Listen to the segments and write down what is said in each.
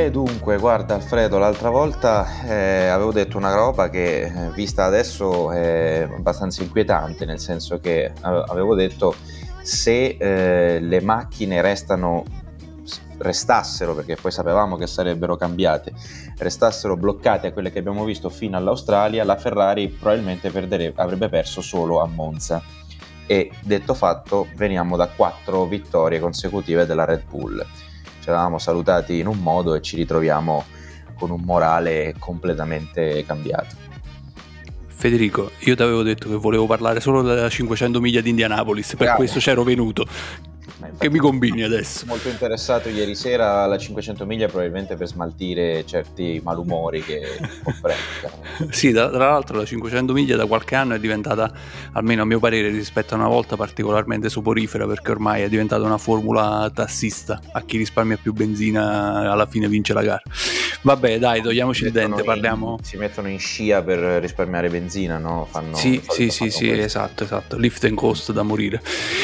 Dunque, guarda Alfredo, l'altra volta avevo detto una roba che vista adesso è abbastanza inquietante, nel senso che avevo detto se le macchine restassero, perché poi sapevamo che sarebbero cambiate, restassero bloccate a quelle che abbiamo visto fino all'Australia, la Ferrari probabilmente avrebbe perso solo a Monza. E detto fatto, veniamo da 4 vittorie consecutive della Red Bull. Ci eravamo salutati in un modo e ci ritroviamo con un morale completamente cambiato. Federico, io ti avevo detto che volevo parlare solo della 500 miglia di Indianapolis, per questo c'ero venuto. Che mi combini adesso? Molto interessato ieri sera alla 500 miglia, probabilmente per smaltire certi malumori che comprendo. Sì, tra l'altro la 500 miglia da qualche anno è diventata, almeno a mio parere, rispetto a una volta, particolarmente soporifera, perché ormai è diventata una formula tassista. A chi risparmia più benzina alla fine vince la gara. Vabbè, dai, togliamoci il dente, parliamo... Si mettono in scia per risparmiare benzina, no? Sì, esatto, lift and cost da morire.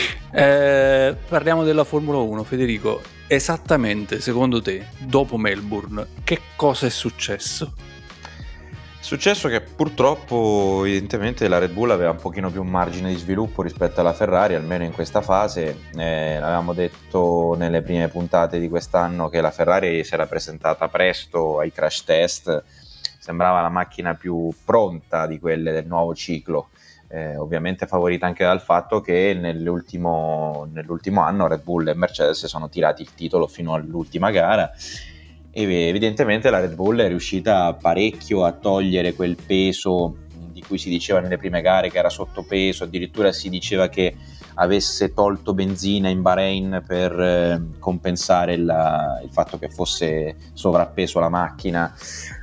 Parliamo della Formula 1, Federico. Esattamente, secondo te, dopo Melbourne, che cosa è successo? È successo che purtroppo evidentemente la Red Bull aveva un pochino più un margine di sviluppo rispetto alla Ferrari, almeno in questa fase. L'avevamo detto nelle prime puntate di quest'anno che la Ferrari si era presentata presto ai crash test, sembrava la macchina più pronta di quelle del nuovo ciclo, ovviamente favorita anche dal fatto che nell'ultimo anno Red Bull e Mercedes sono tirati il titolo fino all'ultima gara. E evidentemente la Red Bull è riuscita parecchio a togliere quel peso di cui si diceva nelle prime gare che era sottopeso, addirittura si diceva che avesse tolto benzina in Bahrain per compensare il fatto che fosse sovrappeso la macchina.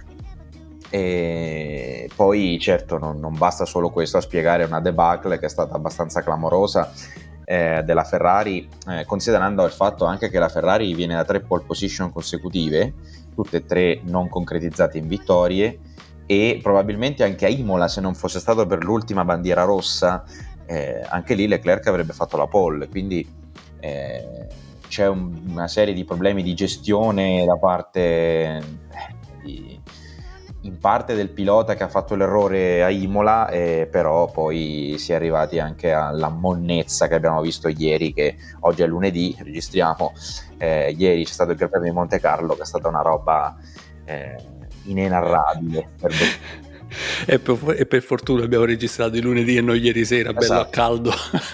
E poi certo non basta solo questo a spiegare una debacle che è stata abbastanza clamorosa della Ferrari, considerando il fatto anche che la Ferrari viene da 3 pole position consecutive, tutte e 3 non concretizzate in vittorie, e probabilmente anche a Imola, se non fosse stato per l'ultima bandiera rossa, anche lì Leclerc avrebbe fatto la pole, quindi c'è una serie di problemi di gestione da parte in parte del pilota che ha fatto l'errore a Imola, però poi si è arrivati anche alla monnezza che abbiamo visto ieri, che oggi è lunedì, registriamo, ieri c'è stato il Gran Premio di Monte Carlo, che è stata una roba inenarrabile. E per fortuna abbiamo registrato il lunedì e non ieri sera, bello esatto. A caldo.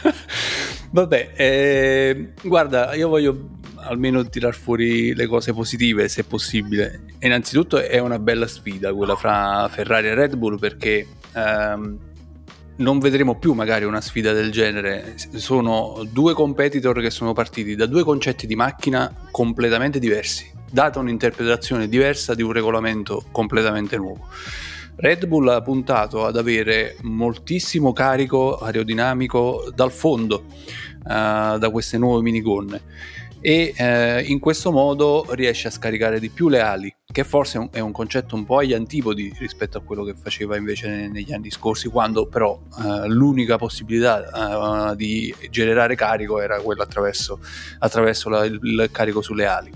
Vabbè, guarda, io voglio almeno tirar fuori le cose positive se possibile. Innanzitutto è una bella sfida quella fra Ferrari e Red Bull, perché non vedremo più magari una sfida del genere. Sono 2 competitor che sono partiti da 2 concetti di macchina completamente diversi, data un'interpretazione diversa di un regolamento completamente nuovo. Red Bull ha puntato ad avere moltissimo carico aerodinamico dal fondo, da queste nuove minigonne, e in questo modo riesce a scaricare di più le ali, che forse è un concetto un po' agli antipodi rispetto a quello che faceva invece negli anni scorsi, quando però l'unica possibilità di generare carico era quella attraverso il carico sulle ali.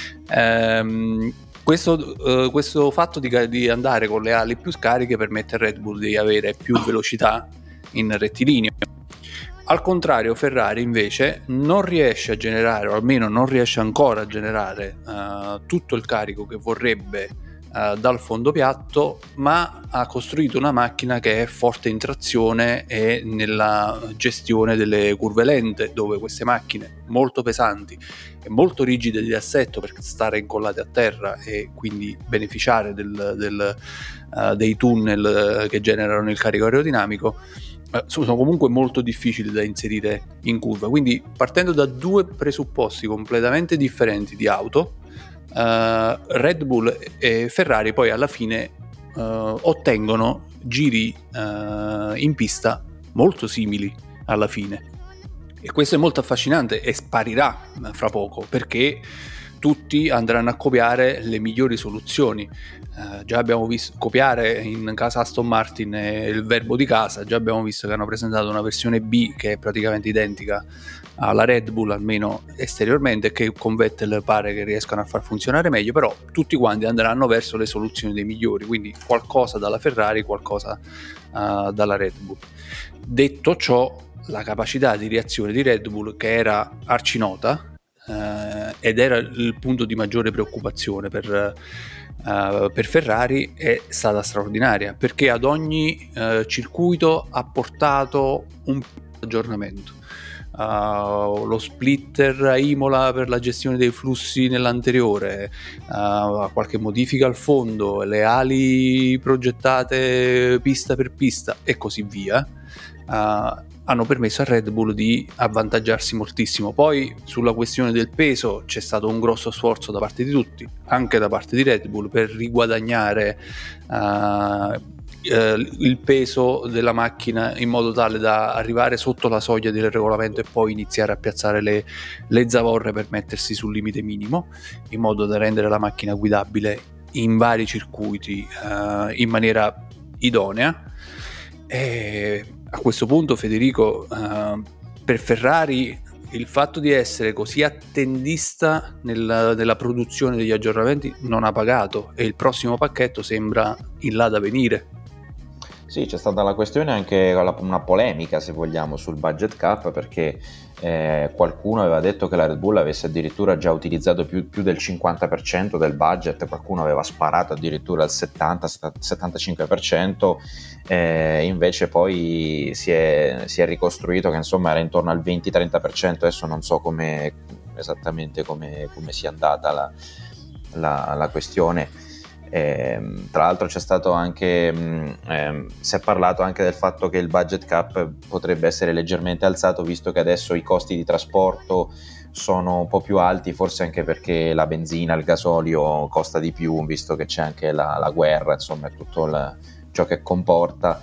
Questo fatto di andare con le ali più scariche permette a Red Bull di avere più velocità in rettilineo. Al contrario, Ferrari invece non riesce a generare, o almeno non riesce ancora a generare tutto il carico che vorrebbe dal fondo piatto, ma ha costruito una macchina che è forte in trazione e nella gestione delle curve lente, dove queste macchine molto pesanti e molto rigide di assetto per stare incollate a terra e quindi beneficiare dei tunnel che generano il carico aerodinamico, sono comunque molto difficili da inserire in curva. Quindi, partendo da 2 presupposti completamente differenti di auto, Red Bull e Ferrari poi alla fine ottengono giri in pista molto simili alla fine, e questo è molto affascinante e sparirà fra poco, perché tutti andranno a copiare le migliori soluzioni. Già abbiamo visto copiare in casa Aston Martin il verbo di casa, già abbiamo visto che hanno presentato una versione B che è praticamente identica alla Red Bull, almeno esteriormente, che con Vettel pare che riescano a far funzionare meglio, però tutti quanti andranno verso le soluzioni dei migliori, quindi qualcosa dalla Ferrari, qualcosa dalla Red Bull. Detto ciò, la capacità di reazione di Red Bull, che era arcinota, ed era il punto di maggiore preoccupazione per Ferrari, è stata straordinaria, perché ad ogni circuito ha portato un aggiornamento. Lo splitter a Imola per la gestione dei flussi nell'anteriore, qualche modifica al fondo, le ali progettate pista per pista e così via, hanno permesso a Red Bull di avvantaggiarsi moltissimo. Poi sulla questione del peso c'è stato un grosso sforzo da parte di tutti, anche da parte di Red Bull, per riguadagnare il peso della macchina in modo tale da arrivare sotto la soglia del regolamento e poi iniziare a piazzare le zavorre per mettersi sul limite minimo, in modo da rendere la macchina guidabile in vari circuiti in maniera idonea. E a questo punto, Federico, per Ferrari il fatto di essere così attendista nella produzione degli aggiornamenti non ha pagato, e il prossimo pacchetto sembra in là da venire. Sì, c'è stata la questione, anche una polemica, se vogliamo, sul budget cap, perché qualcuno aveva detto che la Red Bull avesse addirittura già utilizzato più del 50% del budget, qualcuno aveva sparato addirittura al 70-75%, invece poi si è ricostruito che insomma era intorno al 20-30%. Adesso non so esattamente come sia andata la questione. Tra l'altro c'è stato anche si è parlato anche del fatto che il budget cap potrebbe essere leggermente alzato, visto che adesso i costi di trasporto sono un po' più alti, forse anche perché la benzina, il gasolio costa di più, visto che c'è anche la guerra, insomma, e tutto ciò che comporta.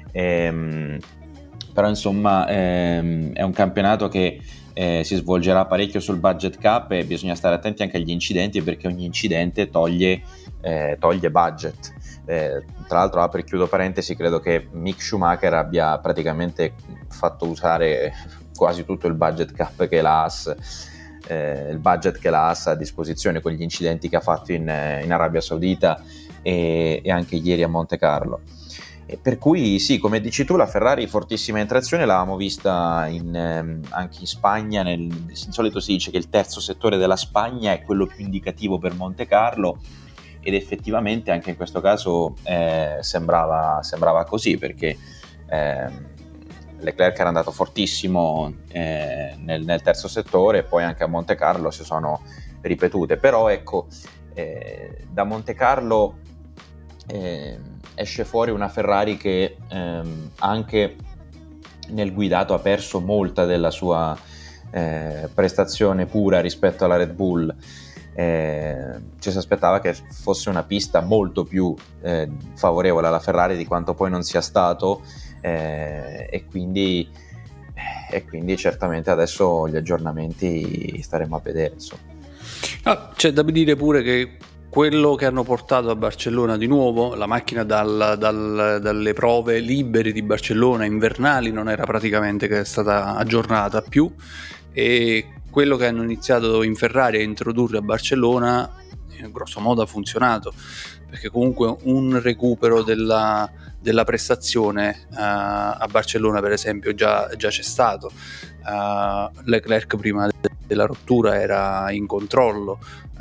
Però insomma è un campionato che si svolgerà parecchio sul budget cap, e bisogna stare attenti anche agli incidenti, perché ogni incidente toglie budget. Tra l'altro, apro e chiudo parentesi, credo che Mick Schumacher abbia praticamente fatto usare quasi tutto il budget cap che la Haas, il budget che la Haas ha a disposizione, con gli incidenti che ha fatto in Arabia Saudita e anche ieri a Monte Carlo. Per cui sì, come dici tu, la Ferrari fortissima in trazione, l'avevamo vista anche in Spagna. Di solito si dice che il terzo settore della Spagna è quello più indicativo per Monte Carlo, ed effettivamente anche in questo caso sembrava così, perché Leclerc era andato fortissimo nel terzo settore, e poi anche a Monte Carlo si sono ripetute. Però ecco, da Monte Carlo esce fuori una Ferrari che anche nel guidato ha perso molta della sua prestazione pura rispetto alla Red Bull. Ci si aspettava che fosse una pista molto più favorevole alla Ferrari di quanto poi non sia stato, e quindi certamente adesso gli aggiornamenti staremo a vedere, insomma. C'è da dire pure che quello che hanno portato a Barcellona di nuovo, la macchina dalle prove libere di Barcellona invernali non era praticamente che è stata aggiornata più, e quello che hanno iniziato in Ferrari a introdurre a Barcellona grosso modo ha funzionato, perché comunque un recupero della prestazione a Barcellona, per esempio, già c'è stato. Leclerc prima della rottura era in controllo,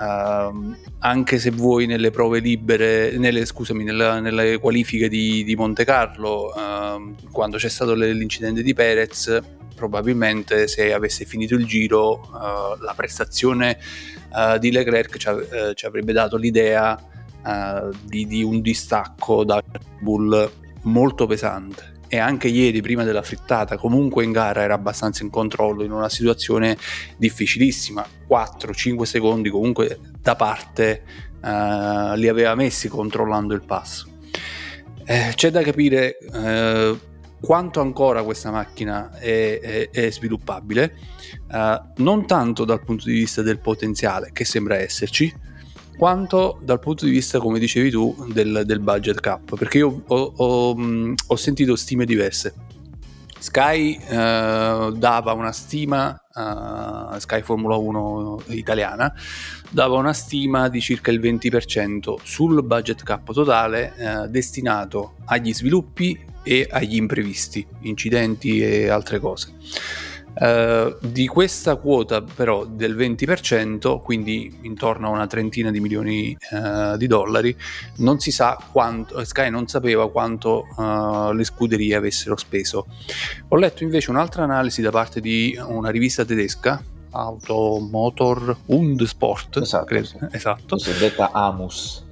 anche se vuoi nelle prove libere, nelle qualifiche di Monte Carlo, quando c'è stato l'incidente di Perez, probabilmente se avesse finito il giro la prestazione di Leclerc ci avrebbe dato l'idea di un distacco da Red Bull molto pesante. E anche ieri, prima della frittata, comunque in gara era abbastanza in controllo in una situazione difficilissima. 4-5 secondi comunque da parte li aveva messi controllando il passo. C'è da capire quanto ancora questa macchina è sviluppabile, non tanto dal punto di vista del potenziale, che sembra esserci, quanto dal punto di vista, come dicevi tu, del budget cap, perché io ho sentito stime diverse. Sky dava una stima, Sky Formula 1 italiana dava una stima di circa il 20% sul budget cap totale destinato agli sviluppi e agli imprevisti, incidenti e altre cose. Di questa quota però del 20%, quindi intorno a una trentina di milioni di dollari, non si sa quanto, Sky non sapeva quanto le scuderie avessero speso. Ho letto invece un'altra analisi da parte di una rivista tedesca, Automotor und Sport, esatto, credo, sì. Esatto. Cosiddetta AMUS,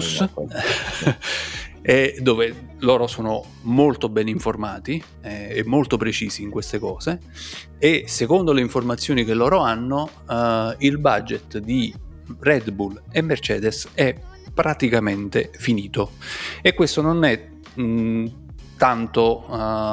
dove loro sono molto ben informati e molto precisi in queste cose, e secondo le informazioni che loro hanno il budget di Red Bull e Mercedes è praticamente finito, e questo non è tanto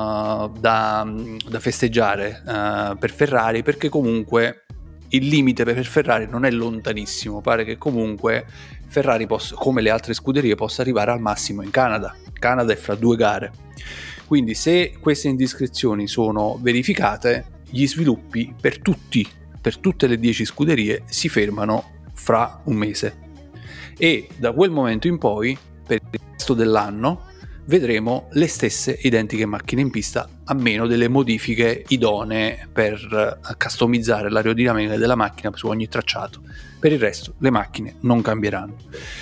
da festeggiare per Ferrari, perché comunque il limite per Ferrari non è lontanissimo. Pare che comunque Ferrari possa, come le altre scuderie, possa arrivare al massimo in Canada. Canada è fra 2 gare, quindi se queste indiscrezioni sono verificate, gli sviluppi per tutte le 10 scuderie si fermano fra un mese, e da quel momento in poi per il resto dell'anno vedremo le stesse identiche macchine in pista, a meno delle modifiche idonee per customizzare l'aerodinamica della macchina su ogni tracciato. Per il resto le macchine non cambieranno.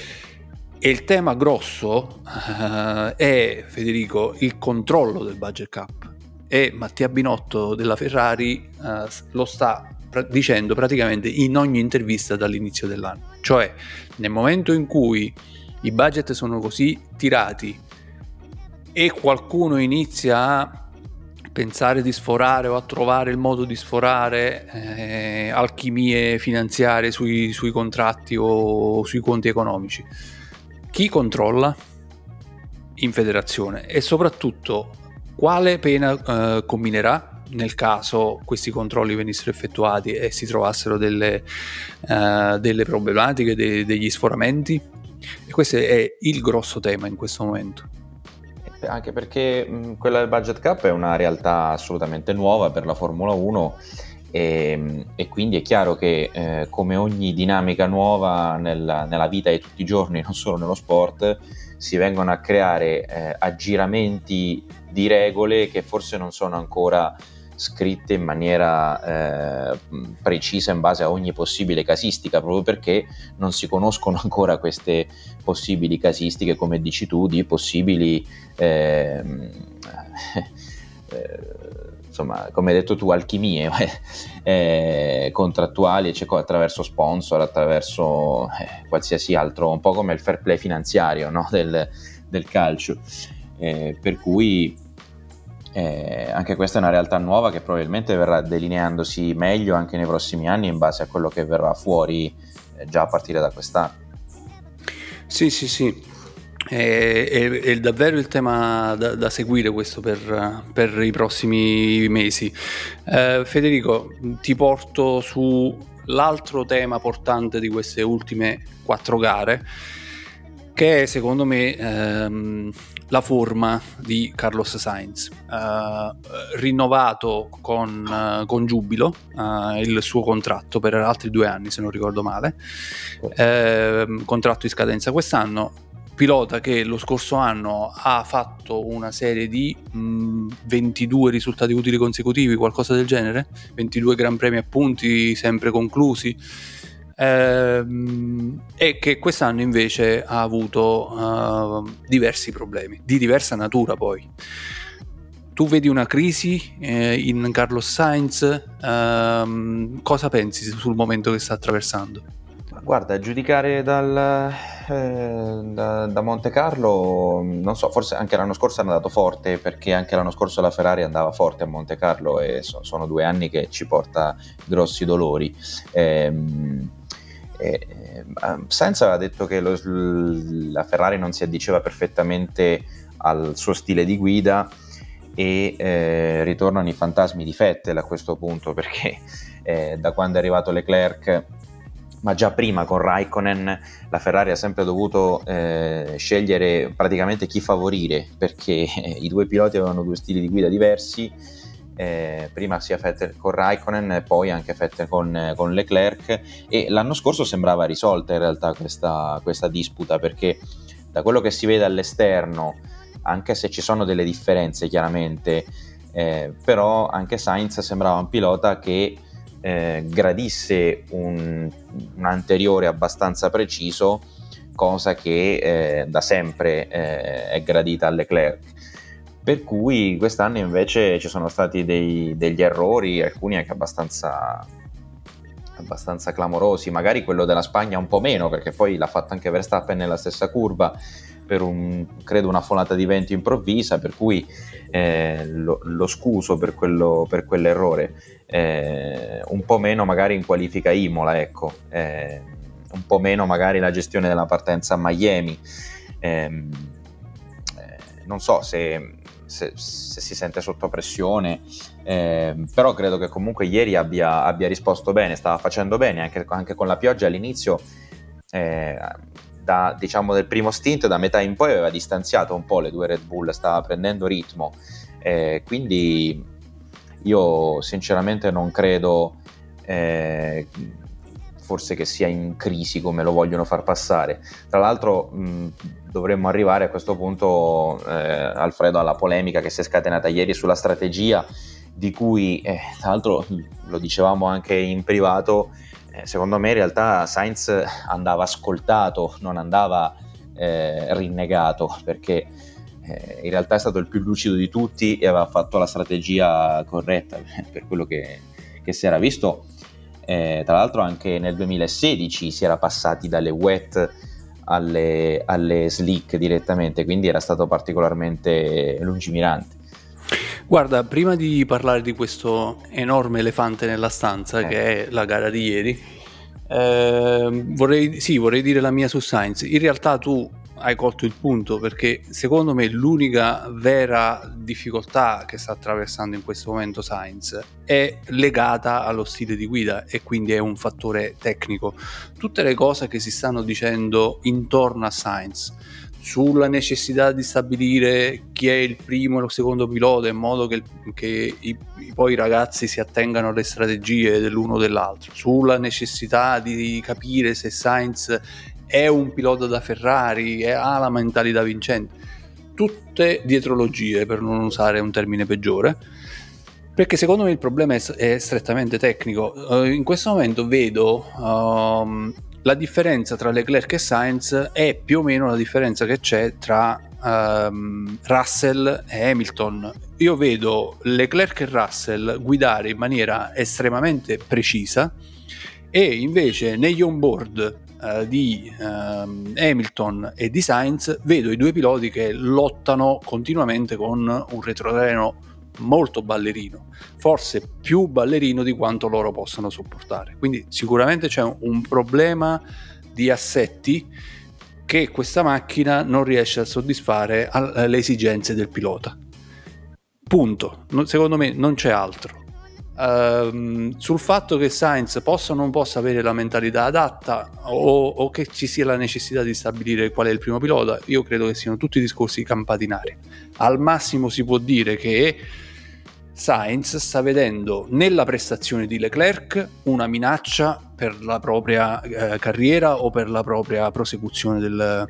E il tema grosso è, Federico, il controllo del budget cap, e Mattia Binotto della Ferrari lo sta dicendo praticamente in ogni intervista dall'inizio dell'anno. Cioè, nel momento in cui i budget sono così tirati e qualcuno inizia a pensare di sforare o a trovare il modo di sforare alchimie finanziarie sui contratti o sui conti economici, chi controlla in federazione? E soprattutto quale pena comminerà nel caso questi controlli venissero effettuati e si trovassero delle problematiche, degli sforamenti? E questo è il grosso tema in questo momento. Anche perché quella del budget cap è una realtà assolutamente nuova per la Formula 1 e quindi è chiaro che come ogni dinamica nuova nella vita di tutti i giorni, non solo nello sport, si vengono a creare aggiramenti di regole che forse non sono ancora scritte in maniera precisa in base a ogni possibile casistica, proprio perché non si conoscono ancora queste possibili casistiche, come dici tu, di possibili insomma, come hai detto tu, alchimie contrattuali, attraverso sponsor, attraverso qualsiasi altro, un po' come il fair play finanziario, no? del calcio, per cui anche questa è una realtà nuova che probabilmente verrà delineandosi meglio anche nei prossimi anni in base a quello che verrà fuori già a partire da quest'anno. Sì. È davvero il tema da seguire questo per i prossimi mesi. Federico, ti porto su l'altro tema portante di queste ultime 4 gare, che è secondo me la forma di Carlos Sainz, rinnovato con giubilo il suo contratto per altri 2 anni, se non ricordo male, contratto in scadenza quest'anno, pilota che lo scorso anno ha fatto una serie di 22 risultati utili consecutivi, qualcosa del genere, 22 gran premi a punti sempre conclusi, e che quest'anno invece ha avuto diversi problemi di diversa natura. Poi tu vedi una crisi in Carlos Sainz, cosa pensi sul momento che sta attraversando? Guarda, a giudicare da Monte Carlo, non so, forse anche l'anno scorso è andato forte, perché anche l'anno scorso la Ferrari andava forte a Monte Carlo e sono 2 anni che ci porta grossi dolori. Sainz aveva detto che la Ferrari non si addiceva perfettamente al suo stile di guida, e ritornano i fantasmi di Vettel a questo punto, perché da quando è arrivato Leclerc, ma già prima con Raikkonen, la Ferrari ha sempre dovuto scegliere praticamente chi favorire, perché i due piloti avevano due stili di guida diversi, prima sia Vettel con Raikkonen e poi anche Vettel con Leclerc, e l'anno scorso sembrava risolta in realtà questa disputa, perché da quello che si vede all'esterno, anche se ci sono delle differenze chiaramente, però anche Sainz sembrava un pilota che gradisse un anteriore abbastanza preciso, cosa che da sempre è gradita a Leclerc, per cui quest'anno invece ci sono stati degli errori, alcuni anche abbastanza clamorosi, magari quello della Spagna un po' meno, perché poi l'ha fatto anche Verstappen nella stessa curva per credo una folata di vento improvvisa, per cui lo scuso per quell'errore, un po' meno magari in qualifica Imola, ecco, un po' meno magari la gestione della partenza a Miami, non so se si sente sotto pressione, però credo che comunque ieri abbia risposto bene, stava facendo bene anche con la pioggia all'inizio, diciamo del primo stint, da metà in poi aveva distanziato un po' le due Red Bull, stava prendendo ritmo, quindi io sinceramente non credo forse che sia in crisi come lo vogliono far passare. Tra l'altro dovremmo arrivare a questo punto, Alfredo, alla polemica che si è scatenata ieri sulla strategia, di cui tra l'altro lo dicevamo anche in privato, secondo me in realtà Sainz andava ascoltato, non andava rinnegato, perché in realtà è stato il più lucido di tutti e aveva fatto la strategia corretta per quello che si era visto. Tra l'altro anche nel 2016 si era passati dalle wet alle slick direttamente, quindi era stato particolarmente lungimirante. Guarda, prima di parlare di questo enorme elefante nella stanza che è la gara di ieri, vorrei dire la mia su Sainz. In realtà tu hai colto il punto, perché secondo me l'unica vera difficoltà che sta attraversando in questo momento Sainz è legata allo stile di guida, e quindi è un fattore tecnico. Tutte le cose che si stanno dicendo intorno a Sainz sulla necessità di stabilire chi è il primo e il secondo pilota, in modo che poi i ragazzi si attengano alle strategie dell'uno o dell'altro, sulla necessità di capire se Sainz è un pilota da Ferrari, ha la mentalità vincente, tutte dietrologie, per non usare un termine peggiore, perché secondo me il problema è strettamente tecnico. In questo momento vedo la differenza tra Leclerc e Sainz è più o meno la differenza che c'è tra Russell e Hamilton. Io vedo Leclerc e Russell guidare in maniera estremamente precisa, e invece negli onboard di Hamilton e di Sainz vedo i due piloti che lottano continuamente con un retrotreno molto ballerino, forse più ballerino di quanto loro possano sopportare. Quindi sicuramente c'è un problema di assetti che questa macchina non riesce a soddisfare alle esigenze del pilota. Punto. Secondo me non c'è altro. Sul fatto che Sainz possa o non possa avere la mentalità adatta, o che ci sia la necessità di stabilire qual è il primo pilota, io credo che siano tutti discorsi campati in aria. Al massimo si può dire che Sainz sta vedendo nella prestazione di Leclerc una minaccia per la propria carriera o per la propria prosecuzione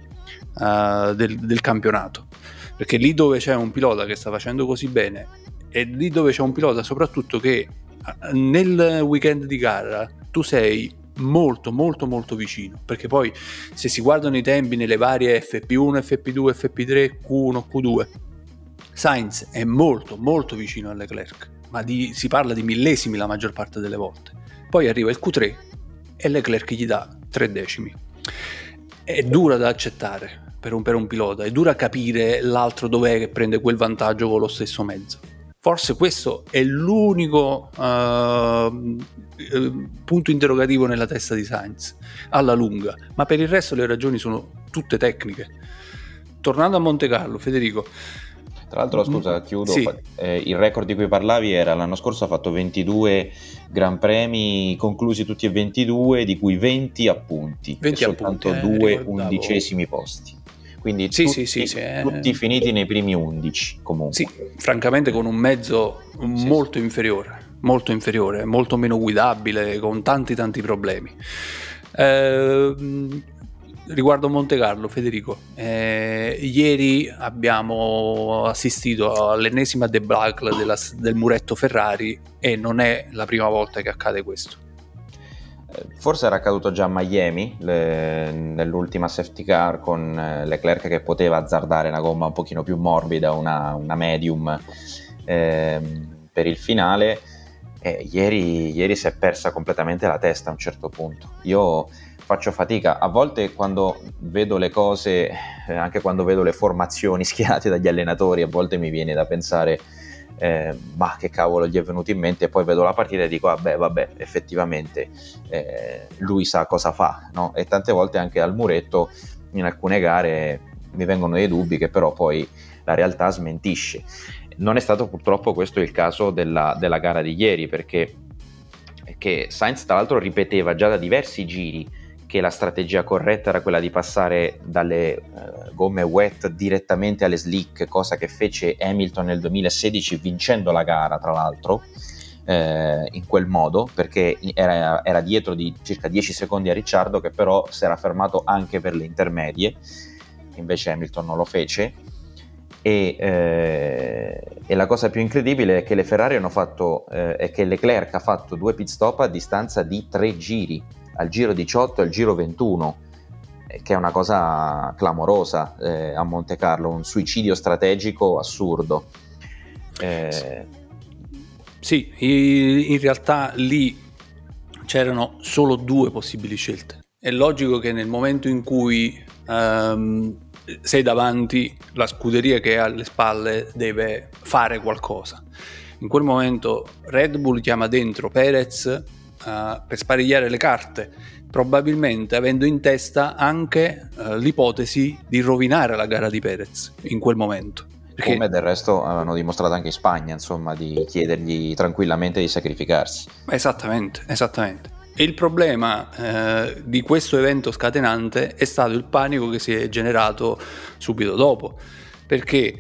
del campionato, perché lì dove c'è un pilota che sta facendo così bene, e lì dove c'è un pilota soprattutto che nel weekend di gara tu sei molto molto molto vicino, perché poi se si guardano i tempi nelle varie FP1, FP2, FP3, Q1, Q2, Sainz è molto molto vicino a Leclerc, ma si parla di millesimi la maggior parte delle volte. Poi arriva il Q3 e Leclerc gli dà 3 decimi. È dura da accettare per un pilota, è dura capire l'altro dov'è che prende quel vantaggio con lo stesso mezzo. Forse questo è l'unico punto interrogativo nella testa di Sainz alla lunga, ma per il resto le ragioni sono tutte tecniche. Tornando a Monte Carlo, Federico, Tra l'altro, scusa, chiudo, sì. Il record di cui parlavi era l'anno scorso, ha fatto 22 Gran Premi, conclusi tutti e 22, di cui 20 a punti, 20 e soltanto due ricordavo. 11º posti. Quindi Sì, tutti finiti nei primi 11 comunque. Sì, francamente con un mezzo molto inferiore, molto meno guidabile, con tanti problemi. Riguardo Monte Carlo, Federico, ieri abbiamo assistito all'ennesima debacle del muretto Ferrari e non è la prima volta che accade questo. Forse era accaduto già a Miami nell'ultima safety car con Leclerc che poteva azzardare una gomma un pochino più morbida, una medium per il finale. Ieri si è persa completamente la testa a un certo punto. Io faccio fatica a volte quando vedo le cose, anche quando vedo le formazioni schierate dagli allenatori, a volte mi viene da pensare ma che cavolo gli è venuto in mente, e poi vedo la partita e dico vabbè effettivamente lui sa cosa fa, no? E tante volte anche al muretto in alcune gare mi vengono dei dubbi che però poi la realtà smentisce. Non è stato purtroppo questo il caso della gara di ieri, perché Sainz tra l'altro ripeteva già da diversi giri che la strategia corretta era quella di passare dalle gomme wet direttamente alle slick, cosa che fece Hamilton nel 2016 vincendo la gara tra l'altro in quel modo, perché era dietro di circa 10 secondi a Ricciardo, che però si era fermato anche per le intermedie, invece Hamilton non lo fece. E la cosa più incredibile è che le Ferrari hanno fatto è che Leclerc ha fatto 2 pit stop a distanza di 3 giri, al giro 18 e al giro 21, che è una cosa clamorosa a Monte Carlo, un suicidio strategico assurdo. Sì, in realtà lì c'erano solo 2 possibili scelte. È logico che nel momento in cui sei davanti, la scuderia che è alle spalle deve fare qualcosa. In quel momento Red Bull chiama dentro Perez per sparigliare le carte, probabilmente avendo in testa anche l'ipotesi di rovinare la gara di Perez in quel momento. Perché... come del resto hanno dimostrato anche in Spagna, insomma, di chiedergli tranquillamente di sacrificarsi. Esattamente. E il problema di questo evento scatenante è stato il panico che si è generato subito dopo, perché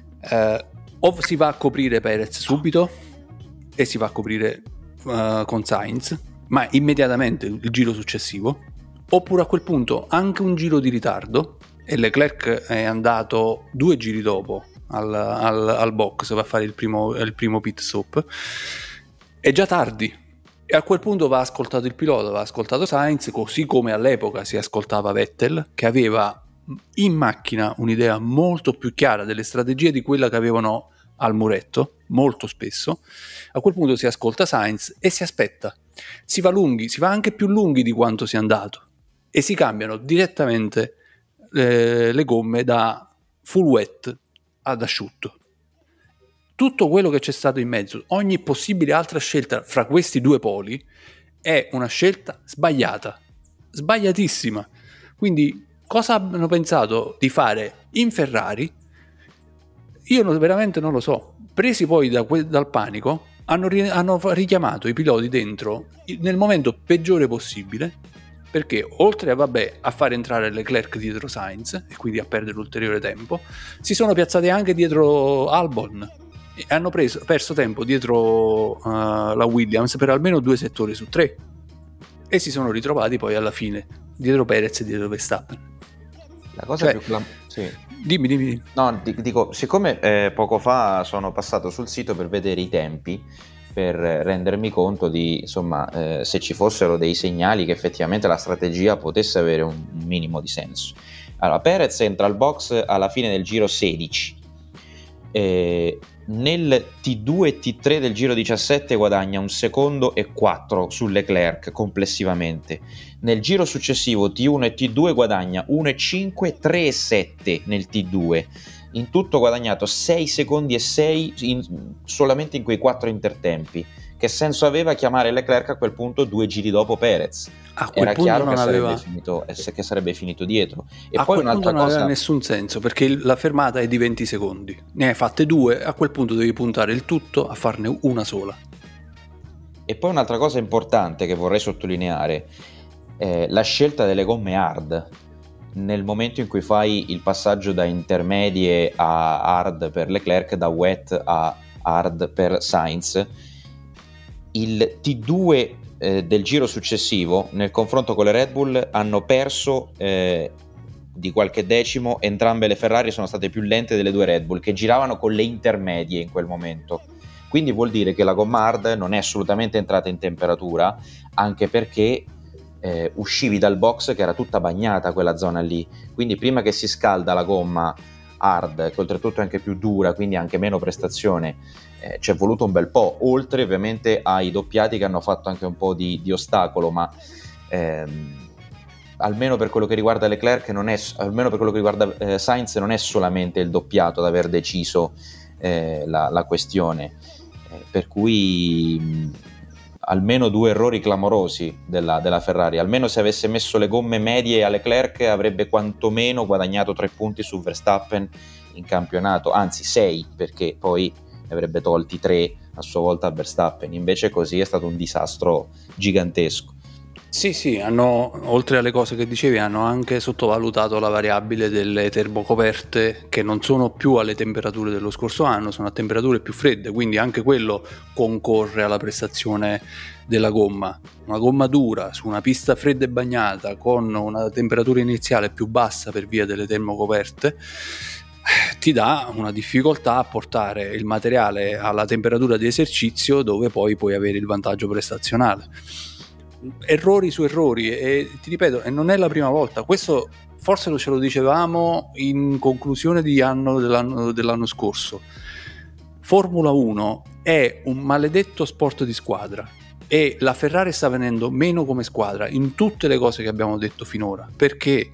o si va a coprire Perez subito e si va a coprire con Sainz, ma immediatamente il giro successivo, oppure a quel punto anche un giro di ritardo, e Leclerc è andato 2 giri dopo al box per fare il primo pit stop, è già tardi, e a quel punto va ascoltato il pilota, va ascoltato Sainz, così come all'epoca si ascoltava Vettel, che aveva in macchina un'idea molto più chiara delle strategie di quella che avevano al muretto, molto spesso. A quel punto si ascolta Sainz e si aspetta, si va anche più lunghi di quanto sia andato, e si cambiano direttamente le gomme da full wet ad asciutto. Tutto quello che c'è stato in mezzo, ogni possibile altra scelta fra questi 2 poli è una scelta sbagliata, sbagliatissima. Quindi cosa hanno pensato di fare in Ferrari? Io veramente non lo so. Presi poi dal panico, hanno richiamato i piloti dentro nel momento peggiore possibile, perché oltre a far entrare Leclerc dietro Sainz e quindi a perdere ulteriore tempo, si sono piazzati anche dietro Albon e hanno perso tempo dietro la Williams per almeno 2 settori su 3, e si sono ritrovati poi alla fine dietro Perez e dietro Verstappen. La cosa più sì. Dimmi. No, dico, siccome poco fa sono passato sul sito per vedere i tempi, per rendermi conto di, insomma, se ci fossero dei segnali che effettivamente la strategia potesse avere un minimo di senso. Allora, Perez entra al box alla fine del giro 16, nel T2 e T3 del giro 17 guadagna 1 secondo e 4 su Leclerc complessivamente. Nel giro successivo T1 e T2 guadagna 1,5, 3 e 7 nel T2. In tutto ha guadagnato 6 secondi e 6 solamente in quei 4 intertempi, che che senso aveva chiamare Leclerc a quel punto 2 giri dopo Perez? A quel Era punto chiaro non che aveva... sarebbe finito dietro. E A poi quel punto un'altra non aveva cosa, nessun senso, perché la fermata è di 20 secondi. Ne hai fatte 2, a quel punto devi puntare il tutto a farne una sola. e poi un'altra cosa importante che vorrei sottolineare, la scelta delle gomme hard. Nel momento in cui fai il passaggio da intermedie a hard per Leclerc, da wet a hard per Sainz, il T2 del giro successivo nel confronto con le Red Bull hanno perso di qualche decimo. Entrambe le Ferrari sono state più lente delle 2 Red Bull, che giravano con le intermedie in quel momento. Quindi vuol dire che la gomma hard non è assolutamente entrata in temperatura, anche perché uscivi dal box che era tutta bagnata quella zona lì, quindi prima che si scalda la gomma hard, che oltretutto è anche più dura, quindi anche meno prestazione, ci è voluto un bel po', oltre ovviamente ai doppiati che hanno fatto anche un po' di ostacolo, ma almeno per quello che riguarda Leclerc almeno per quello che riguarda Sainz, non è solamente il doppiato ad aver deciso la questione, per cui almeno 2 errori clamorosi della Ferrari. Almeno se avesse messo le gomme medie a Leclerc avrebbe quantomeno guadagnato 3 punti su Verstappen in campionato, anzi 6, perché poi ne avrebbe tolti 3 a sua volta a Verstappen. Invece così è stato un disastro gigantesco. Sì, oltre alle cose che dicevi, hanno anche sottovalutato la variabile delle termocoperte, che non sono più alle temperature dello scorso anno, sono a temperature più fredde, quindi anche quello concorre alla prestazione della gomma. Una gomma dura su una pista fredda e bagnata con una temperatura iniziale più bassa per via delle termocoperte ti dà una difficoltà a portare il materiale alla temperatura di esercizio, dove poi puoi avere il vantaggio prestazionale. Errori su errori, e ti ripeto, e non è la prima volta. Questo forse ce lo dicevamo in conclusione di dell'anno scorso. Formula 1 è un maledetto sport di squadra e la Ferrari sta venendo meno come squadra in tutte le cose che abbiamo detto finora, perché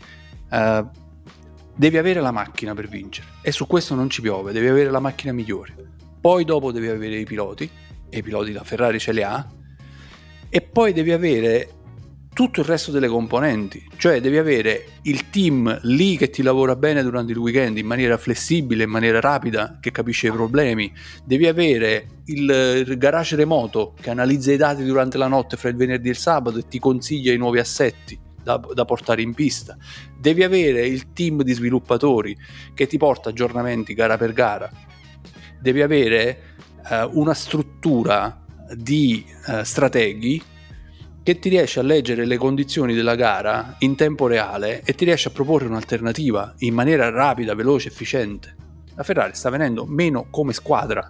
devi avere la macchina per vincere, e su questo non ci piove. Devi avere la macchina migliore, poi dopo devi avere i piloti, e i piloti la Ferrari ce li ha, e poi devi avere tutto il resto delle componenti, cioè devi avere il team lì che ti lavora bene durante il weekend in maniera flessibile, in maniera rapida, che capisce i problemi, devi avere il garage remoto che analizza i dati durante la notte fra il venerdì e il sabato e ti consiglia i nuovi assetti da portare in pista, devi avere il team di sviluppatori che ti porta aggiornamenti gara per gara, devi avere una struttura di strateghi che ti riesce a leggere le condizioni della gara in tempo reale e ti riesce a proporre un'alternativa in maniera rapida, veloce, efficiente. La Ferrari sta venendo meno come squadra.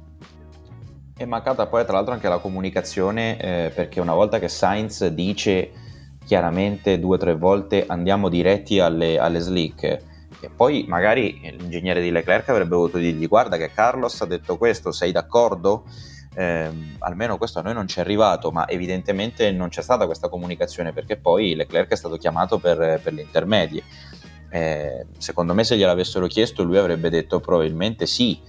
È mancata poi tra l'altro anche la comunicazione, perché una volta che Sainz dice chiaramente 2 o 3 volte andiamo diretti alle slick, e poi magari l'ingegnere di Leclerc avrebbe voluto dirgli: guarda che Carlos ha detto questo, sei d'accordo? Almeno questo a noi non ci è arrivato, ma evidentemente non c'è stata questa comunicazione, perché poi Leclerc è stato chiamato per le intermedie. Secondo me se gliel'avessero chiesto lui avrebbe detto probabilmente sì,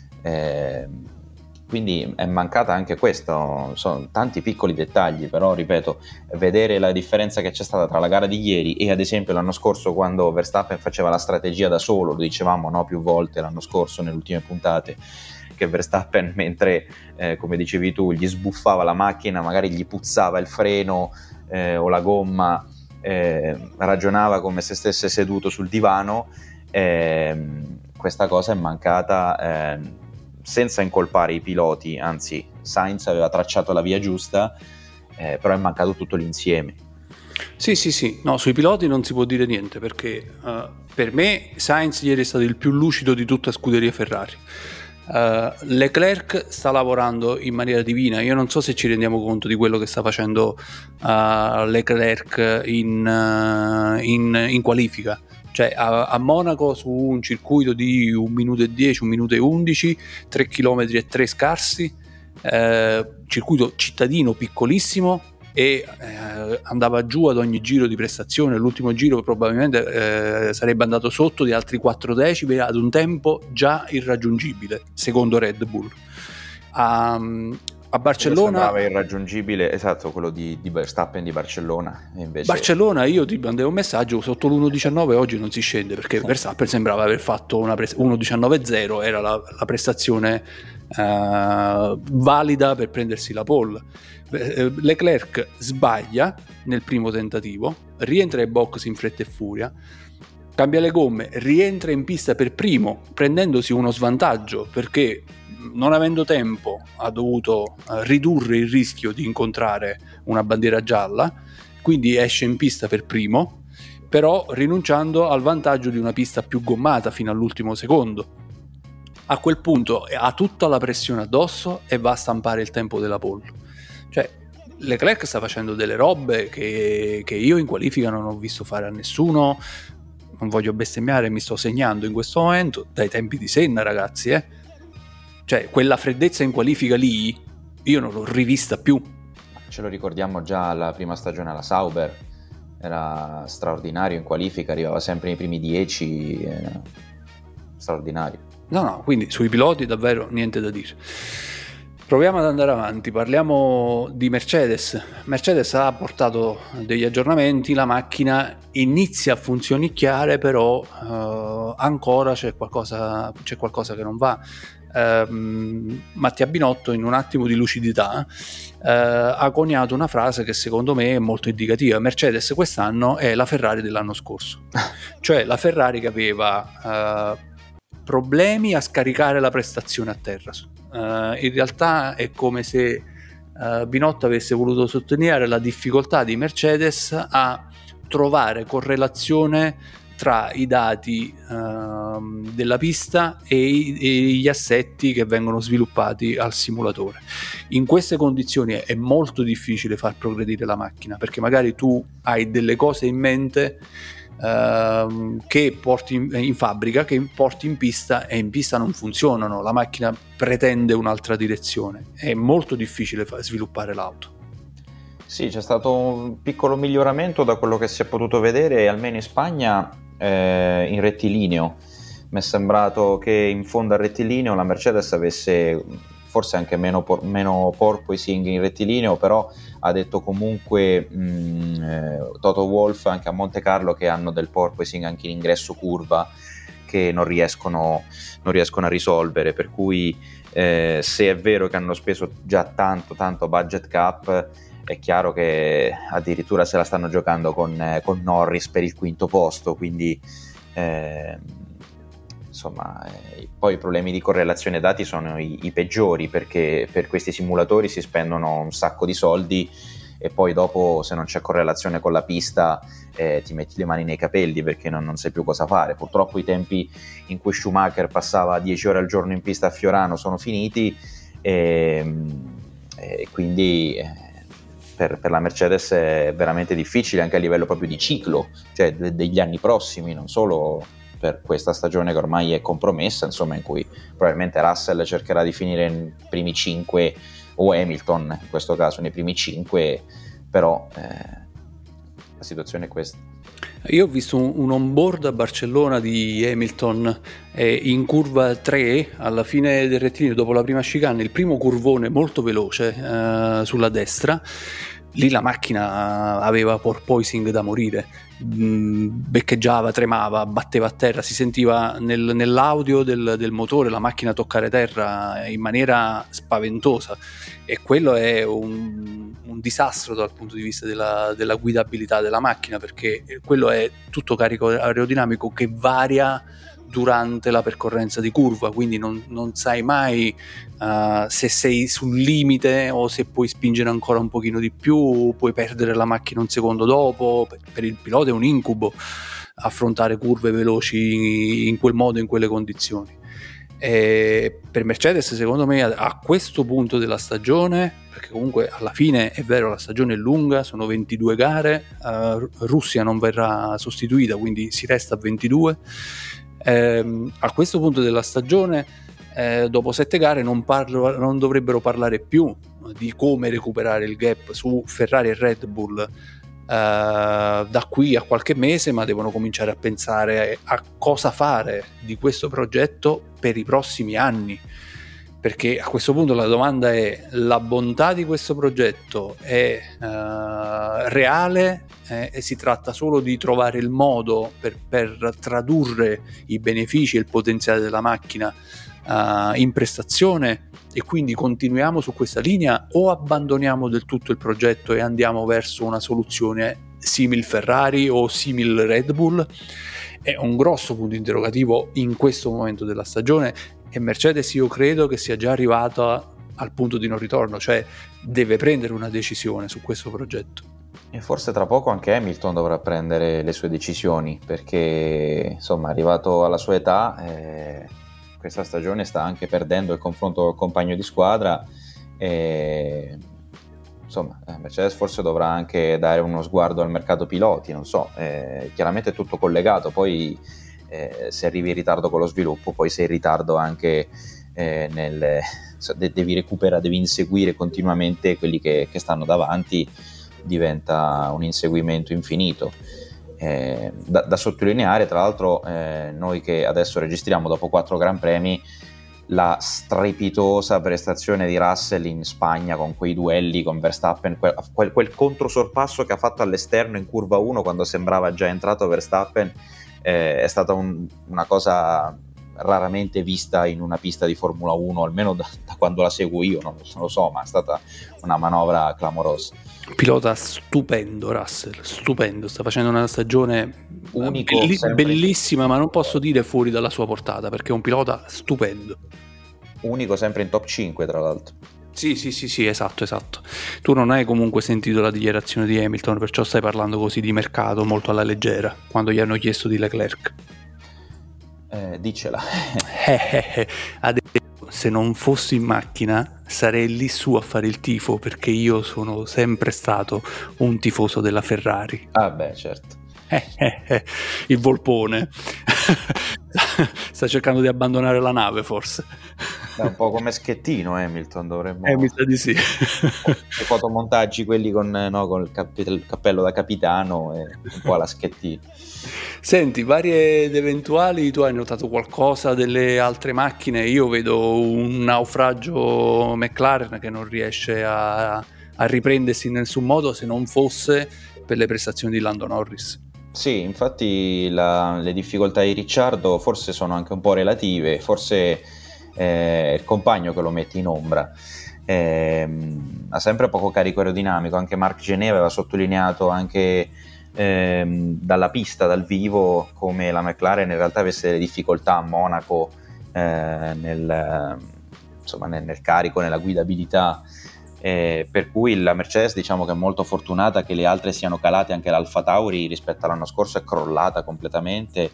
quindi è mancata anche questo. Sono tanti piccoli dettagli, però ripeto, vedere la differenza che c'è stata tra la gara di ieri e ad esempio l'anno scorso, quando Verstappen faceva la strategia da solo, lo dicevamo più volte l'anno scorso nelle ultime puntate, che Verstappen, mentre come dicevi tu gli sbuffava la macchina, magari gli puzzava il freno o la gomma, ragionava come se stesse seduto sul divano. Questa cosa è mancata, senza incolpare i piloti, anzi Sainz aveva tracciato la via giusta, però è mancato tutto l'insieme. Sì, no, sui piloti non si può dire niente, perché per me Sainz ieri è stato il più lucido di tutta scuderia Ferrari. Leclerc sta lavorando in maniera divina. Io non so se ci rendiamo conto di quello che sta facendo Leclerc in qualifica. Cioè a Monaco, su un circuito di 1 minuto e 10, 1 minuto e 11, 3 km e 3 scarsi, circuito cittadino piccolissimo, e andava giù ad ogni giro di prestazione. L'ultimo giro probabilmente sarebbe andato sotto di altri 4 decimi ad un tempo già irraggiungibile secondo Red Bull. Ha A Barcellona sembrava irraggiungibile, esatto, quello di Verstappen di Barcellona. E invece... Barcellona, io ti mandai un messaggio sotto l'1.19, oggi non si scende perché Verstappen sembrava aver fatto 1.19.0, era la prestazione valida per prendersi la pole. Leclerc sbaglia nel primo tentativo, rientra ai box in fretta e furia, cambia le gomme, rientra in pista per primo prendendosi uno svantaggio perché non avendo tempo ha dovuto ridurre il rischio di incontrare una bandiera gialla, quindi esce in pista per primo, però rinunciando al vantaggio di una pista più gommata fino all'ultimo secondo. A quel punto ha tutta la pressione addosso e va a stampare il tempo della pole. Cioè Leclerc sta facendo delle robe che io in qualifica non ho visto fare a nessuno. Non voglio bestemmiare, mi sto segnando in questo momento dai tempi di Senna, ragazzi, Cioè, quella freddezza in qualifica lì, io non l'ho rivista più. Ce lo ricordiamo già la prima stagione alla Sauber, era straordinario in qualifica, arrivava sempre nei primi 10, straordinario. No, quindi sui piloti davvero niente da dire. Proviamo ad andare avanti, parliamo di Mercedes. Mercedes ha portato degli aggiornamenti, la macchina inizia a funzionicchiare, però ancora c'è qualcosa che non va. Mattia Binotto, in un attimo di lucidità, ha coniato una frase che secondo me è molto indicativa. Mercedes quest'anno è la Ferrari dell'anno scorso, cioè la Ferrari che aveva problemi a scaricare la prestazione a terra. In realtà è come se Binotto avesse voluto sottolineare la difficoltà di Mercedes a trovare correlazione tra i dati della pista e gli assetti che vengono sviluppati al simulatore. In queste condizioni è molto difficile far progredire la macchina, perché magari tu hai delle cose in mente che porti in fabbrica, che porti in pista e in pista non funzionano, la macchina pretende un'altra direzione, è molto difficile sviluppare l'auto. Sì, c'è stato un piccolo miglioramento da quello che si è potuto vedere, almeno in Spagna, in rettilineo. Mi è sembrato che in fondo al rettilineo la Mercedes avesse forse anche meno porpoising in rettilineo, però ha detto comunque Toto Wolff anche a Monte Carlo che hanno del porpoising anche in ingresso curva che non riescono a risolvere, per cui se è vero che hanno speso già tanto budget cap, è chiaro che addirittura se la stanno giocando con Norris per il quinto posto, quindi insomma, poi i problemi di correlazione dati sono i peggiori, perché per questi simulatori si spendono un sacco di soldi e poi dopo, se non c'è correlazione con la pista, ti metti le mani nei capelli perché non sai più cosa fare. Purtroppo i tempi in cui Schumacher passava 10 ore al giorno in pista a Fiorano sono finiti e quindi per la Mercedes è veramente difficile anche a livello proprio di ciclo, cioè degli anni prossimi, non solo per questa stagione che ormai è compromessa, insomma, in cui probabilmente Russell cercherà di finire nei primi 5 o Hamilton in questo caso nei primi 5, però la situazione è questa. Io ho visto un on-board a Barcellona di Hamilton in curva 3 alla fine del rettilineo, dopo la prima chicane, il primo curvone molto veloce sulla destra. Lì la macchina aveva porpoising da morire, beccheggiava, tremava, batteva a terra, si sentiva nell'audio del motore la macchina toccare terra in maniera spaventosa, e quello è un disastro dal punto di vista della guidabilità della macchina, perché quello è tutto carico aerodinamico che varia durante la percorrenza di curva, quindi non sai mai se sei sul limite o se puoi spingere ancora un pochino di più, puoi perdere la macchina un secondo dopo. Per il pilota è un incubo affrontare curve veloci in quel modo, in quelle condizioni. E per Mercedes, secondo me, a questo punto della stagione, perché comunque alla fine è vero la stagione è lunga, sono 22 gare, Russia non verrà sostituita, quindi si resta a 22. A questo punto della stagione, dopo 7 gare non dovrebbero parlare più di come recuperare il gap su Ferrari e Red Bull da qui a qualche mese, ma devono cominciare a pensare a cosa fare di questo progetto per i prossimi anni, perché a questo punto la domanda è: la bontà di questo progetto è reale, e si tratta solo di trovare il modo per tradurre i benefici e il potenziale della macchina in prestazione, e quindi continuiamo su questa linea, o abbandoniamo del tutto il progetto e andiamo verso una soluzione simil Ferrari o simil Red Bull? È un grosso punto interrogativo in questo momento della stagione, e Mercedes io credo che sia già arrivata al punto di non ritorno, cioè deve prendere una decisione su questo progetto. E forse tra poco anche Hamilton dovrà prendere le sue decisioni, perché insomma, arrivato alla sua età, questa stagione sta anche perdendo il confronto col compagno di squadra, e insomma Mercedes forse dovrà anche dare uno sguardo al mercato piloti, non so, chiaramente è tutto collegato, poi se arrivi in ritardo con lo sviluppo, poi sei in ritardo anche devi inseguire continuamente quelli che stanno davanti, diventa un inseguimento infinito. Da sottolineare tra l'altro, noi che adesso registriamo dopo 4 Gran Premi, la strepitosa prestazione di Russell in Spagna con quei duelli con Verstappen, quel controsorpasso che ha fatto all'esterno in curva 1 quando sembrava già entrato Verstappen, è stata una cosa raramente vista in una pista di Formula 1, almeno da quando la seguo io, non lo so, ma è stata una manovra clamorosa. Pilota stupendo Russell, stupendo, sta facendo una stagione unico, bellissima, ma non posso dire fuori dalla sua portata, perché è un pilota stupendo. Unico sempre in top 5 tra l'altro. Sì, esatto. Tu non hai comunque sentito la dichiarazione di Hamilton, perciò stai parlando così di mercato molto alla leggera, quando gli hanno chiesto di Leclerc. Dicela. Ha detto: se non fossi in macchina sarei lì su a fare il tifo, perché io sono sempre stato un tifoso della Ferrari. Ah beh, certo. Il volpone sta cercando di abbandonare la nave, forse. È un po' come Schettino Hamilton, dovremmo. Mi sa di sì. I fotomontaggi quelli con il cappello da capitano, e un po' alla Schettino. Senti, varie ed eventuali, tu hai notato qualcosa delle altre macchine? Io vedo un naufragio McLaren che non riesce a riprendersi in nessun modo, se non fosse per le prestazioni di Lando Norris. Sì, infatti le difficoltà di Ricciardo forse sono anche un po' relative, forse il compagno che lo mette in ombra. Ha sempre poco carico aerodinamico, anche Marc Gené aveva sottolineato anche dalla pista, dal vivo, come la McLaren in realtà avesse delle difficoltà a Monaco nel carico, nella guidabilità, per cui la Mercedes diciamo che è molto fortunata che le altre siano calate, anche l'Alfa Tauri rispetto all'anno scorso è crollata completamente,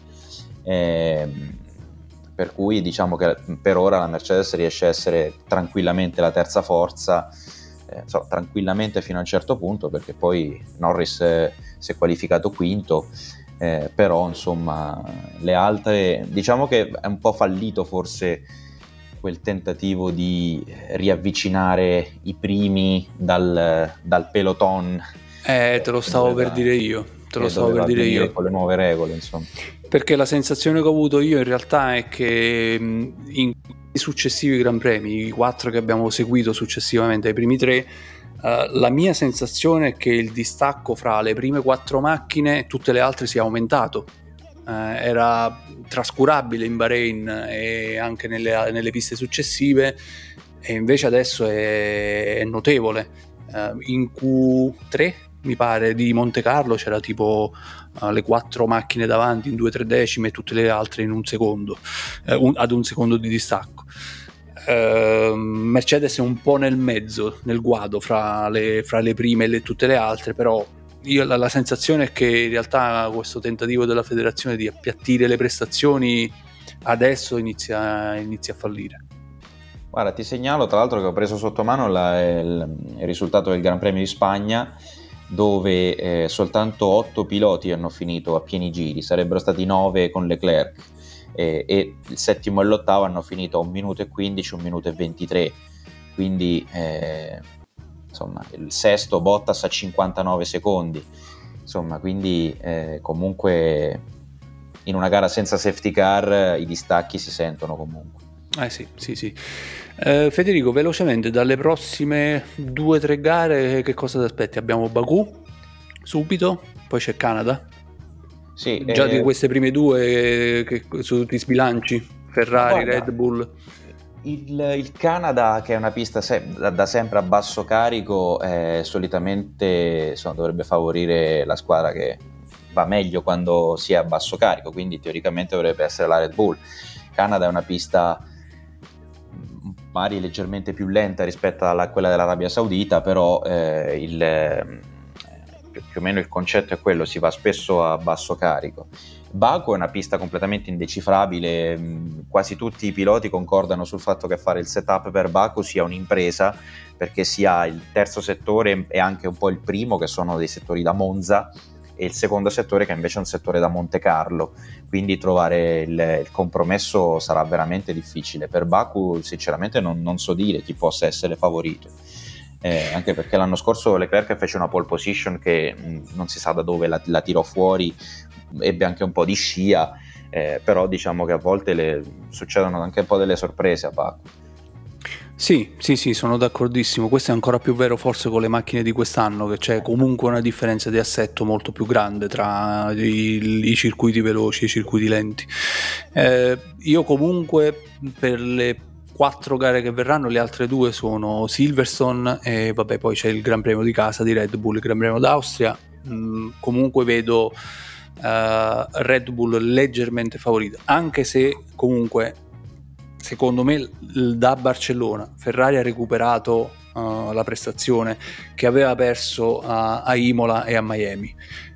per cui diciamo che per ora la Mercedes riesce a essere tranquillamente la terza forza, tranquillamente fino a un certo punto, perché poi Norris si è qualificato quinto, però insomma le altre, diciamo che è un po' fallito forse quel tentativo di riavvicinare i primi dal peloton. Te lo stavo per dire io. Con le nuove regole, insomma. Perché la sensazione che ho avuto io in realtà è che in successivi Gran Premi, i 4 che abbiamo seguito successivamente ai primi 3, la mia sensazione è che il distacco fra le prime 4 macchine e tutte le altre sia aumentato. Era trascurabile in Bahrain e anche nelle piste successive, e invece adesso è notevole. In Q3 mi pare di Monte Carlo c'era tipo le 4 macchine davanti in 2-3 decimi e tutte le altre in un secondo, ad un secondo di distacco. Mercedes è un po' nel mezzo, nel guado fra le prime e tutte le altre, però io la sensazione è che in realtà questo tentativo della federazione di appiattire le prestazioni adesso inizia a fallire. Guarda, ti segnalo tra l'altro che ho preso sotto mano il risultato del Gran Premio di Spagna, dove soltanto 8 piloti hanno finito a pieni giri, sarebbero stati 9 con Leclerc, e il settimo e l'ottavo hanno finito a 1 minuto e 15, 1 minuto e 23, quindi insomma il sesto Bottas a 59 secondi, insomma, quindi comunque in una gara senza safety car i distacchi si sentono comunque. Sì, sì, sì. Federico, velocemente, dalle prossime 2 o 3 gare che cosa ti aspetti? Abbiamo Baku subito, poi c'è Canada. Sì, Già di queste prime due su ti sbilanci? ma Ferrari, Red guarda, Bull. il Canada, che è una pista da sempre a basso carico, solitamente insomma, dovrebbe favorire la squadra che va meglio quando si è a basso carico, quindi teoricamente dovrebbe essere la Red Bull. Canada è una pista magari leggermente più lenta rispetto a quella dell'Arabia Saudita, però più o meno il concetto è quello, si va spesso a basso carico. Baku è una pista completamente indecifrabile, quasi tutti i piloti concordano sul fatto che fare il setup per Baku sia un'impresa, perché sia il terzo settore e anche un po' il primo, che sono dei settori da Monza, e il secondo settore che invece è un settore da Monte Carlo, quindi trovare il compromesso sarà veramente difficile. Per Baku sinceramente non so dire chi possa essere favorito, anche perché l'anno scorso Leclerc fece una pole position che non si sa da dove la tirò fuori, ebbe anche un po' di scia, però diciamo che a volte succedono anche un po' delle sorprese a Baku. Sì, sì, sì, sono d'accordissimo. Questo è ancora più vero forse con le macchine di quest'anno, che c'è comunque una differenza di assetto molto più grande tra i circuiti veloci e i circuiti lenti. Io comunque per le 4 gare che verranno, le altre 2 sono Silverstone e vabbè, poi c'è il Gran Premio di casa di Red Bull, il Gran Premio d'Austria. Comunque vedo Red Bull leggermente favorita, anche se comunque secondo me da Barcellona Ferrari ha recuperato la prestazione che aveva perso a Imola e a Miami.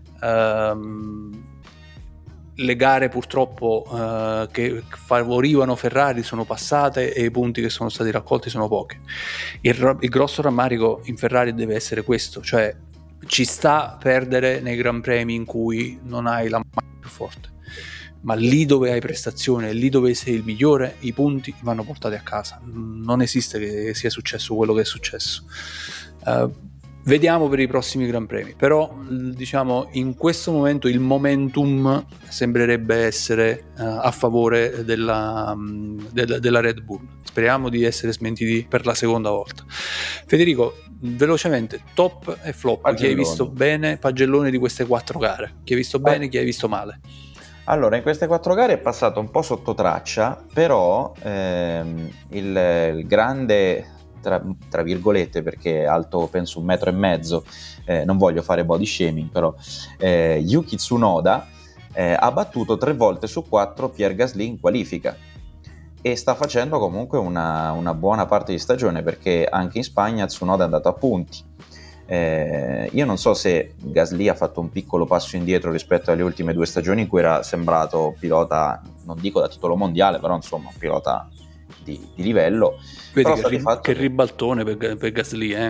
Le gare purtroppo che favorivano Ferrari sono passate e i punti che sono stati raccolti sono pochi. Il grosso rammarico in Ferrari deve essere questo, cioè ci sta a perdere nei Gran Premi in cui non hai la macchina più forte, ma lì dove hai prestazione, lì dove sei il migliore, i punti vanno portati a casa. Non esiste che sia successo quello che è successo. Vediamo per i prossimi Gran Premi, però diciamo in questo momento il momentum sembrerebbe essere a favore della Red Bull. Speriamo di essere smentiti per la seconda volta. Federico, velocemente, top e flop, Pagelloni. Chi hai visto bene, pagellone di queste 4 gare, chi hai visto bene, chi hai visto male? Allora, in queste 4 gare è passato un po' sotto traccia, però il grande, tra virgolette, perché è alto penso 1,5 metri, non voglio fare body shaming, però Yuki Tsunoda ha battuto 3 volte su 4 Pierre Gasly in qualifica e sta facendo comunque una buona parte di stagione, perché anche in Spagna Tsunoda è andato a punti. Io non so se Gasly ha fatto un piccolo passo indietro rispetto alle ultime 2 stagioni in cui era sembrato pilota, non dico da titolo mondiale, però insomma un pilota di livello. Vedi Però che ribaltone per Gasly,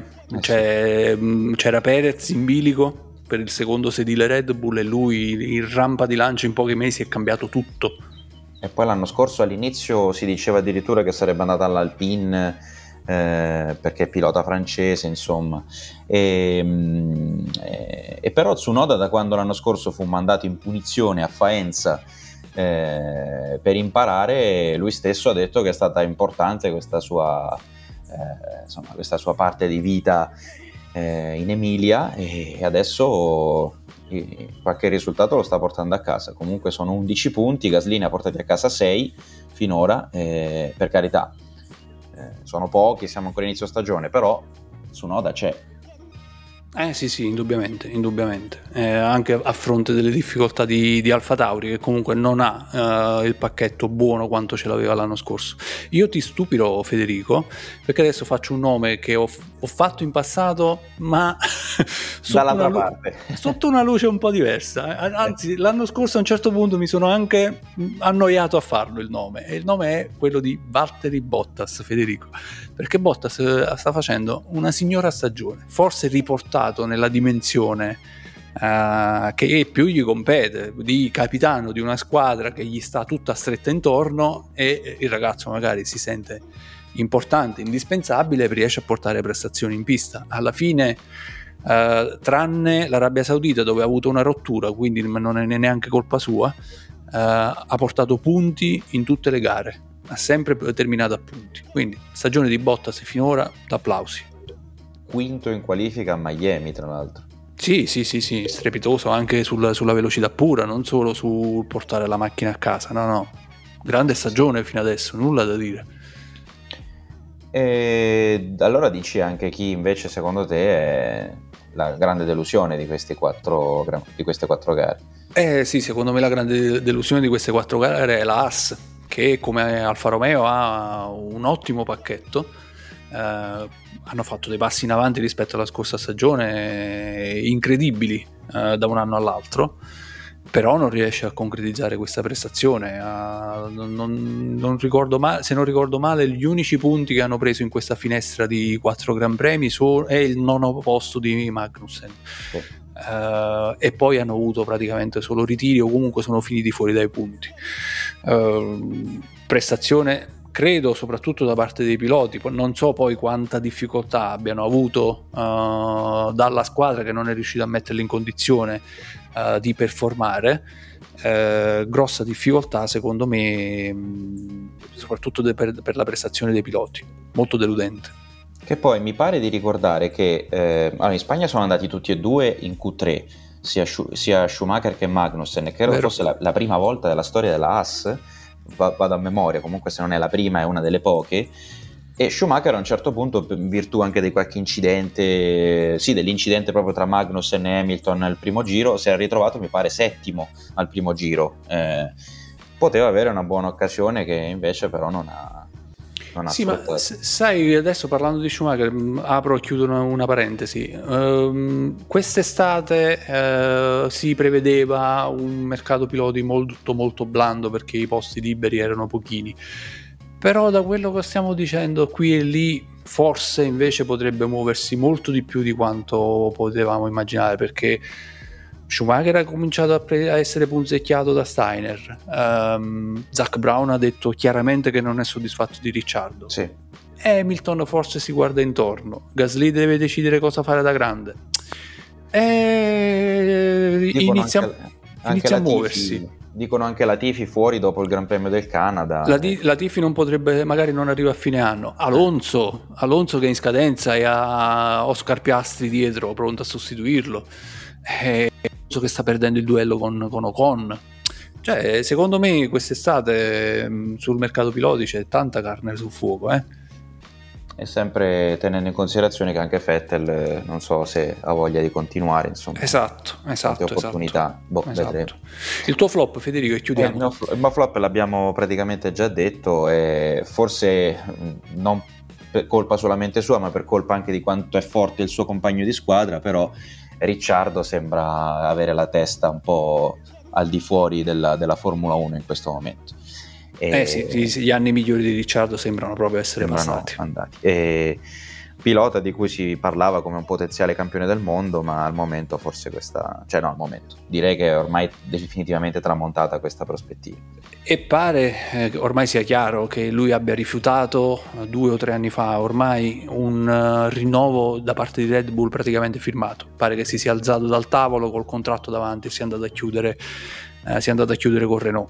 c'era Perez in bilico per il secondo sedile Red Bull e lui in rampa di lancio in pochi mesi è cambiato tutto. E poi l'anno scorso all'inizio si diceva addirittura che sarebbe andata all'Alpine, perché è pilota francese, insomma. E però Tsunoda, da quando l'anno scorso fu mandato in punizione a Faenza per imparare, lui stesso ha detto che è stata importante questa sua parte di vita in Emilia, e adesso qualche risultato lo sta portando a casa. Comunque sono 11 punti, Gasly ne ha portati a casa 6 finora, per carità sono pochi, siamo ancora inizio stagione, però Tsunoda c'è. Sì, indubbiamente, anche a fronte delle difficoltà di Alfa Tauri, che comunque non ha il pacchetto buono quanto ce l'aveva l'anno scorso. Io ti stupirò, Federico, perché adesso faccio un nome che ho fatto in passato, ma dall'altra parte, sotto una luce un po' diversa. Anzi, l'anno scorso a un certo punto mi sono anche annoiato a farlo il nome, e il nome è quello di Valtteri Bottas, Federico, perché Bottas sta facendo una signora stagione, forse riportato nella dimensione che più gli compete, di capitano di una squadra che gli sta tutta stretta intorno, e il ragazzo magari si sente importante, indispensabile, riesce a portare prestazioni in pista. Alla fine tranne l'Arabia Saudita, dove ha avuto una rottura, quindi non è neanche colpa sua, ha portato punti in tutte le gare. ha sempre terminato a punti, quindi stagione di Bottas finora, d'applausi. Quinto in qualifica a Miami, tra l'altro. Sì, strepitoso anche sulla velocità pura, non solo sul portare la macchina a casa, no, grande stagione fino adesso, nulla da dire. E allora dici anche chi invece secondo te è la grande delusione di queste quattro gare? Sì, secondo me la grande delusione di queste 4 gare è la Haas, che come Alfa Romeo ha un ottimo pacchetto. Hanno fatto dei passi in avanti rispetto alla scorsa stagione incredibili da un anno all'altro, però non riesce a concretizzare questa prestazione. Non ricordo se non ricordo male, gli unici punti che hanno preso in questa finestra di 4 Gran Premi è il 9° posto di Magnussen. E poi hanno avuto praticamente solo ritiri o comunque sono finiti fuori dai punti. Prestazione credo soprattutto da parte dei piloti, non so poi quanta difficoltà abbiano avuto dalla squadra che non è riuscita a metterli in condizione di performare. Grossa difficoltà secondo me, soprattutto per la prestazione dei piloti, molto deludente. Che poi mi pare di ricordare che allora in Spagna sono andati tutti e due in Q3, sia Schumacher che Magnussen, e credo fosse la prima volta della storia della Haas, vado a memoria, comunque se non è la prima è una delle poche. E Schumacher a un certo punto, in virtù anche di qualche incidente, dell'incidente proprio tra Magnussen e Hamilton al primo giro, si è ritrovato mi pare 7° al primo giro. Poteva avere una buona occasione che invece però non ha sì, ma sai, adesso parlando di Schumacher apro e chiudo una parentesi. Quest'estate si prevedeva un mercato piloti molto molto blando perché i posti liberi erano pochini, però da quello che stiamo dicendo qui e lì forse invece potrebbe muoversi molto di più di quanto potevamo immaginare, perché Schumacher ha cominciato a essere punzecchiato da Steiner. Zach Brown ha detto chiaramente che non è soddisfatto di Ricciardo. Sì. Hamilton forse si guarda intorno. Gasly deve decidere cosa fare da grande. Inizia a muoversi. Dicono anche Latifi fuori dopo il Gran Premio del Canada. Latifi non potrebbe, magari non arriva a fine anno. Alonso che è in scadenza e ha Oscar Piastri dietro pronto a sostituirlo. Che sta perdendo il duello con Ocon. Cioè, secondo me quest'estate sul mercato piloti c'è tanta carne sul fuoco, E sempre tenendo in considerazione che anche Vettel non so se ha voglia di continuare, insomma. Esatto. Opportunità. Vedremo. Il tuo flop, Federico, e chiudiamo. Il mio flop l'abbiamo praticamente già detto, forse non per colpa solamente sua, ma per colpa anche di quanto è forte il suo compagno di squadra, però Ricciardo sembra avere la testa un po' al di fuori della Formula 1 in questo momento. Gli anni migliori di Ricciardo sembrano proprio essere passati. Andati. Pilota di cui si parlava come un potenziale campione del mondo, ma al momento forse direi che è ormai definitivamente tramontata questa prospettiva. E pare ormai sia chiaro che lui abbia rifiutato 2 o 3 anni fa ormai un rinnovo da parte di Red Bull praticamente firmato. Pare che si sia alzato dal tavolo col contratto davanti e sia andato a chiudere con Renault.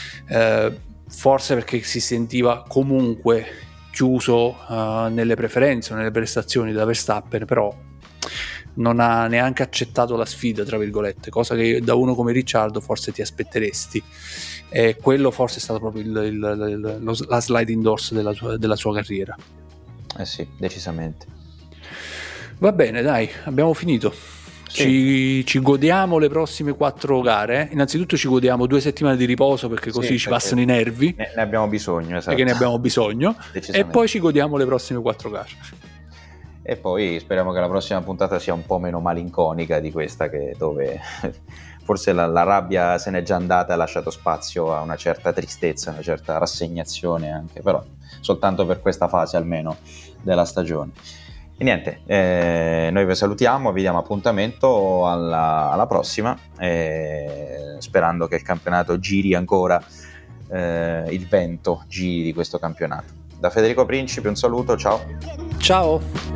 Forse perché si sentiva comunque chiuso nelle preferenze o nelle prestazioni da Verstappen, però non ha neanche accettato la sfida, tra virgolette, cosa che da uno come Ricciardo forse ti aspetteresti. E quello forse è stato proprio la sliding doors della sua carriera. Sì, decisamente. Va bene, dai, abbiamo finito. Sì. Ci godiamo le prossime 4 gare. Innanzitutto ci godiamo 2 settimane di riposo perché così ci passano i nervi. Ne abbiamo bisogno, esatto. Perché ne abbiamo bisogno. E poi ci godiamo le prossime 4 gare. E poi speriamo che la prossima puntata sia un po' meno malinconica di questa, dove forse la rabbia se n'è già andata e ha lasciato spazio a una certa tristezza, una certa rassegnazione anche, però soltanto per questa fase almeno della stagione. E niente, noi vi salutiamo, vi diamo appuntamento alla prossima, sperando che il campionato giri ancora, il vento giri di questo campionato. Da Federico Principi un saluto, ciao. Ciao.